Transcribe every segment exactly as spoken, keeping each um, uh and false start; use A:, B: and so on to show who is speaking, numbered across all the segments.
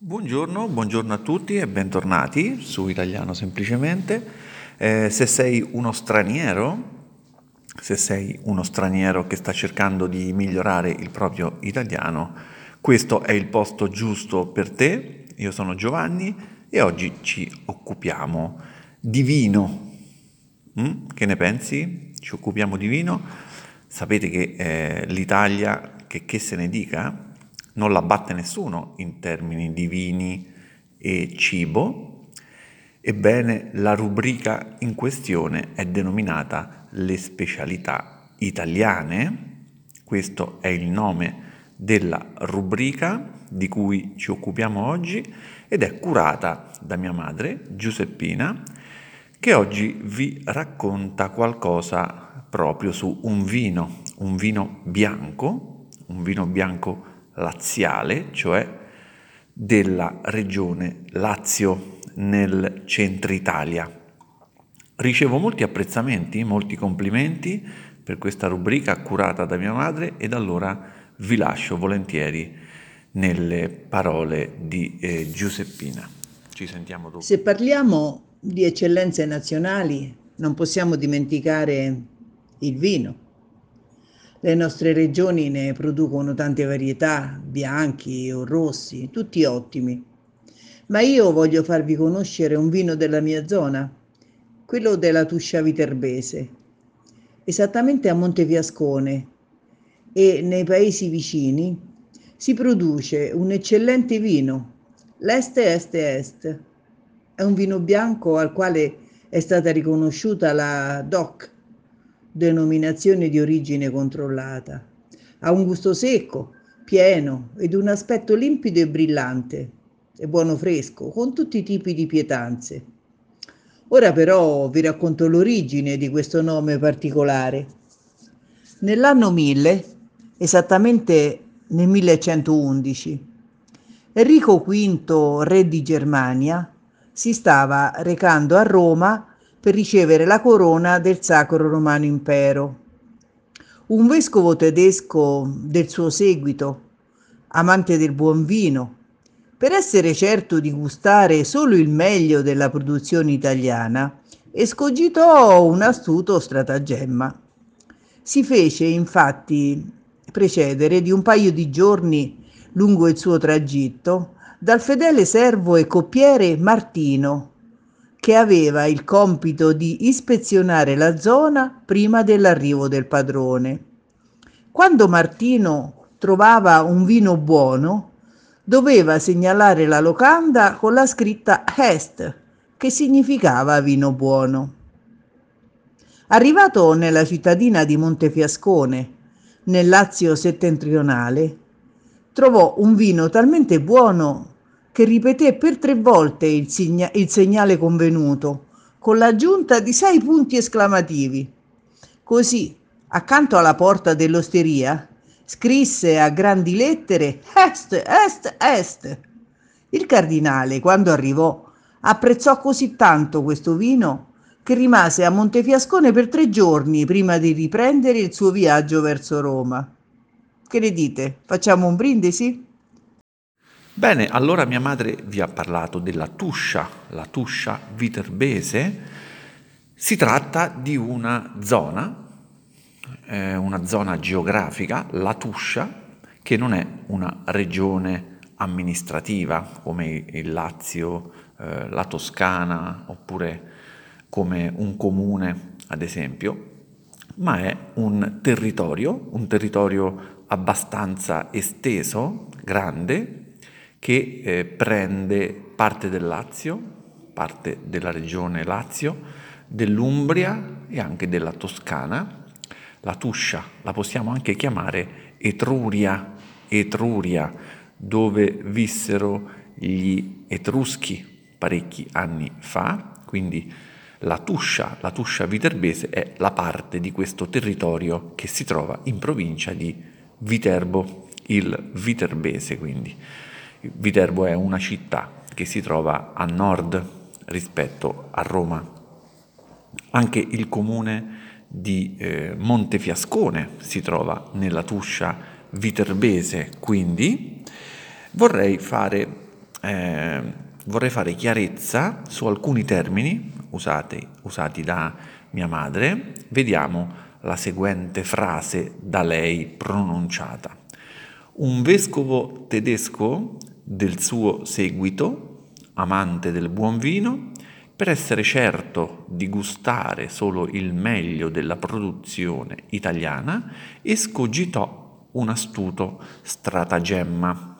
A: Buongiorno, buongiorno a tutti e bentornati su Italiano Semplicemente. Eh, se sei uno straniero, se sei uno straniero che sta cercando di migliorare il proprio italiano, questo è il posto giusto per te. Io sono Giovanni e oggi ci occupiamo di vino. Mm? Che ne pensi? Ci occupiamo di vino. Sapete che eh, l'Italia, che, che se ne dica, non la batte nessuno in termini di vini e cibo. Ebbene, la rubrica in questione è denominata Le specialità italiane. Questo è il nome della rubrica di cui ci occupiamo oggi ed è curata da mia madre, Giuseppina, che oggi vi racconta qualcosa proprio su un vino, un vino bianco, un vino bianco laziale, cioè della regione Lazio nel centro Italia. Ricevo molti apprezzamenti, molti complimenti per questa rubrica curata da mia madre ed allora vi lascio volentieri nelle parole di eh, Giuseppina. Ci sentiamo dopo.
B: Se parliamo di eccellenze nazionali, non possiamo dimenticare il vino. Le nostre regioni ne producono tante varietà, bianchi o rossi, tutti ottimi. Ma io voglio farvi conoscere un vino della mia zona, quello della Tuscia Viterbese, esattamente a Montefiascone e nei paesi vicini si produce un eccellente vino, l'Este Este Est. È un vino bianco al quale è stata riconosciuta la D O C, denominazione di origine controllata. Ha un gusto secco, pieno ed un aspetto limpido e brillante. È buono fresco, con tutti i tipi di pietanze. Ora però vi racconto l'origine di questo nome particolare. Nell'anno mille, esattamente nel millecentoundici, Enrico quinto, re di Germania, si stava recando a Roma per ricevere la corona del Sacro Romano Impero. Un vescovo tedesco del suo seguito, amante del buon vino, per essere certo di gustare solo il meglio della produzione italiana, escogitò un astuto stratagemma. Si fece infatti precedere di un paio di giorni lungo il suo tragitto dal fedele servo e coppiere Martino, che aveva il compito di ispezionare la zona prima dell'arrivo del padrone. Quando Martino trovava un vino buono, doveva segnalare la locanda con la scritta Est, che significava vino buono. Arrivato nella cittadina di Montefiascone, nel Lazio settentrionale, trovò un vino talmente buono che ripeté per tre volte il, signa- il segnale convenuto, con l'aggiunta di sei punti esclamativi. Così, accanto alla porta dell'osteria, scrisse a grandi lettere Est, Est, Est. Il cardinale, quando arrivò, apprezzò così tanto questo vino che rimase a Montefiascone per tre giorni prima di riprendere il suo viaggio verso Roma. Che ne dite? Facciamo un brindisi?
A: Bene, allora mia madre vi ha parlato della Tuscia, la Tuscia Viterbese. Si tratta di una zona, eh, una zona geografica, la Tuscia, che non è una regione amministrativa come il Lazio, eh, la Toscana oppure come un comune, ad esempio, ma è un territorio, un territorio abbastanza esteso, grande, che eh, prende parte del Lazio, parte della regione Lazio, dell'Umbria e anche della Toscana. La Tuscia la possiamo anche chiamare Etruria, Etruria, dove vissero gli Etruschi parecchi anni fa, quindi la Tuscia, la Tuscia Viterbese è la parte di questo territorio che si trova in provincia di Viterbo, il Viterbese quindi. Viterbo è una città che si trova a nord rispetto a Roma. Anche il comune di eh, Montefiascone si trova nella Tuscia Viterbese, quindi vorrei fare eh, vorrei fare chiarezza su alcuni termini usati, usati da mia madre. Vediamo la seguente frase da lei pronunciata. Un vescovo tedesco del suo seguito, amante del buon vino, per essere certo di gustare solo il meglio della produzione italiana, escogitò un astuto stratagemma.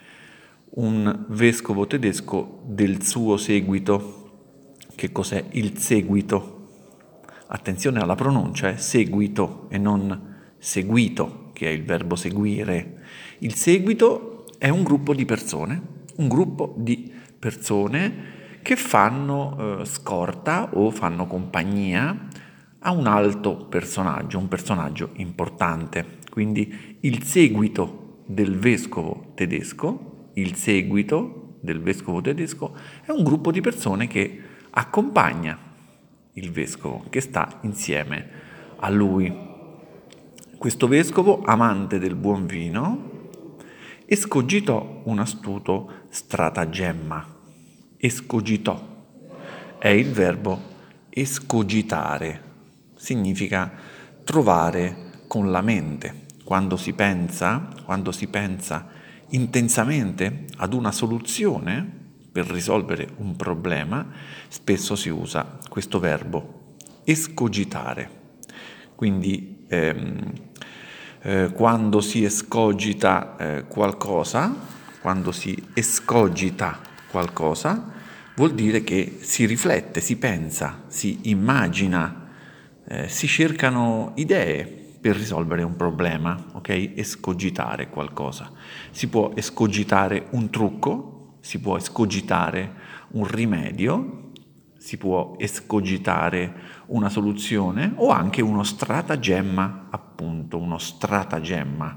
A: Un vescovo tedesco del suo seguito. Che cos'è il seguito? Attenzione alla pronuncia, è seguito e non seguito, che è il verbo seguire. Il seguito è un gruppo di persone, un gruppo di persone che fanno eh, scorta o fanno compagnia a un alto personaggio, un personaggio importante. Quindi il seguito del vescovo tedesco, il seguito del vescovo tedesco è un gruppo di persone che accompagna il vescovo, che sta insieme a lui. Questo vescovo, amante del buon vino, escogitò un astuto stratagemma. Escogitò è il verbo escogitare, significa trovare con la mente. Quando si pensa, quando si pensa intensamente ad una soluzione per risolvere un problema, spesso si usa questo verbo escogitare. Quindi ehm, eh, quando si escogita eh, qualcosa, quando si escogita qualcosa, vuol dire che si riflette, si pensa, si immagina, eh, si cercano idee per risolvere un problema, ok? Escogitare qualcosa. Si può escogitare un trucco, si può escogitare un rimedio, si può escogitare una soluzione o anche uno stratagemma, appunto, uno stratagemma.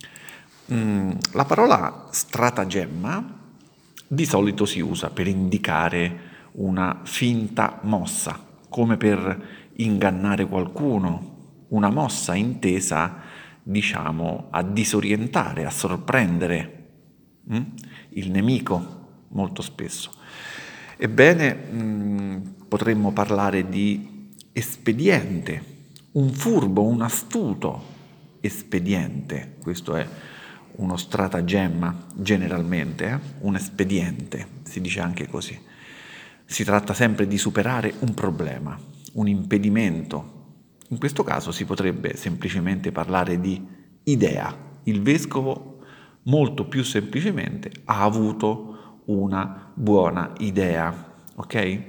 A: Mm, la parola stratagemma di solito si usa per indicare una finta mossa, come per ingannare qualcuno, una mossa intesa, diciamo, a disorientare, a sorprendere hm? il nemico, molto spesso. Ebbene, mh, potremmo parlare di espediente, un furbo, un astuto espediente, questo è uno stratagemma generalmente, eh? un espediente, si dice anche così. Si tratta sempre di superare un problema, un impedimento. In questo caso si potrebbe semplicemente parlare di idea. Il vescovo molto più semplicemente ha avuto una buona idea, ok?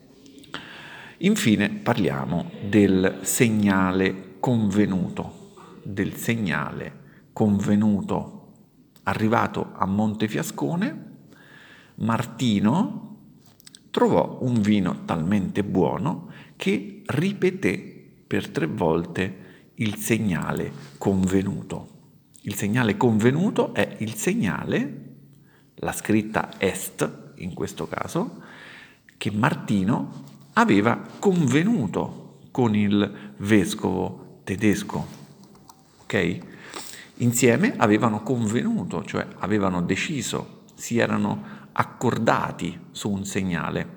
A: Infine parliamo del segnale convenuto, del segnale convenuto. Arrivato a Montefiascone, Martino trovò un vino talmente buono che ripeté per tre volte il segnale convenuto. Il segnale convenuto è il segnale, la scritta est in questo caso, che Martino aveva convenuto con il vescovo tedesco. Ok? Insieme avevano convenuto, cioè avevano deciso, si erano accordati su un segnale.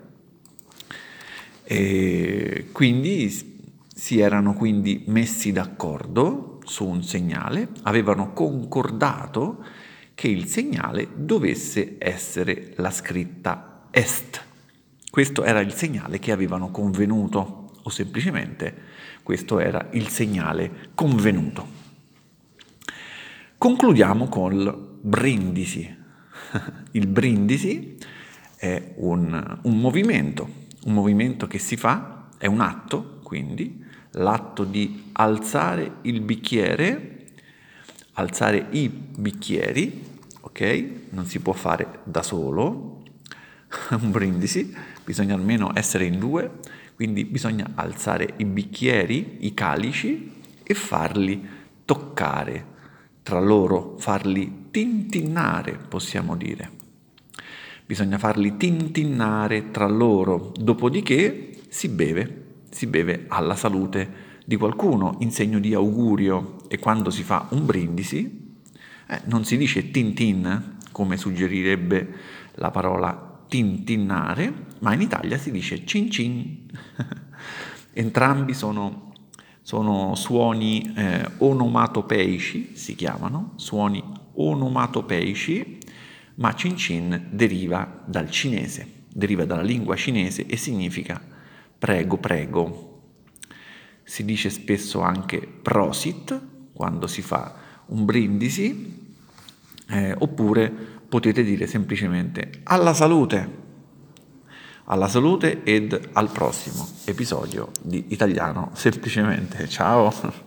A: E quindi si erano quindi messi d'accordo su un segnale, avevano concordato che il segnale dovesse essere la scritta est. Questo era il segnale che avevano convenuto, o semplicemente questo era il segnale convenuto. Concludiamo col brindisi. Il brindisi è un, un movimento, un movimento che si fa, è un atto, quindi l'atto di alzare il bicchiere, alzare i bicchieri, ok? Non si può fare da solo, un brindisi, bisogna almeno essere in due, quindi bisogna alzare i bicchieri, i calici e farli toccare tra loro, farli tintinnare, possiamo dire. Bisogna farli tintinnare tra loro, dopodiché si beve, si beve alla salute di qualcuno in segno di augurio, e quando si fa un brindisi eh, non si dice tintin come suggerirebbe la parola tintinnare, ma in Italia si dice cin cin. Entrambi sono, sono suoni eh, onomatopeici, si chiamano, suoni onomatopeici, ma cin cin deriva dal cinese, deriva dalla lingua cinese e significa prego prego. Si dice spesso anche prosit quando si fa un brindisi, eh, oppure potete dire semplicemente alla salute, alla salute ed al prossimo episodio di Italiano Semplicemente. Ciao!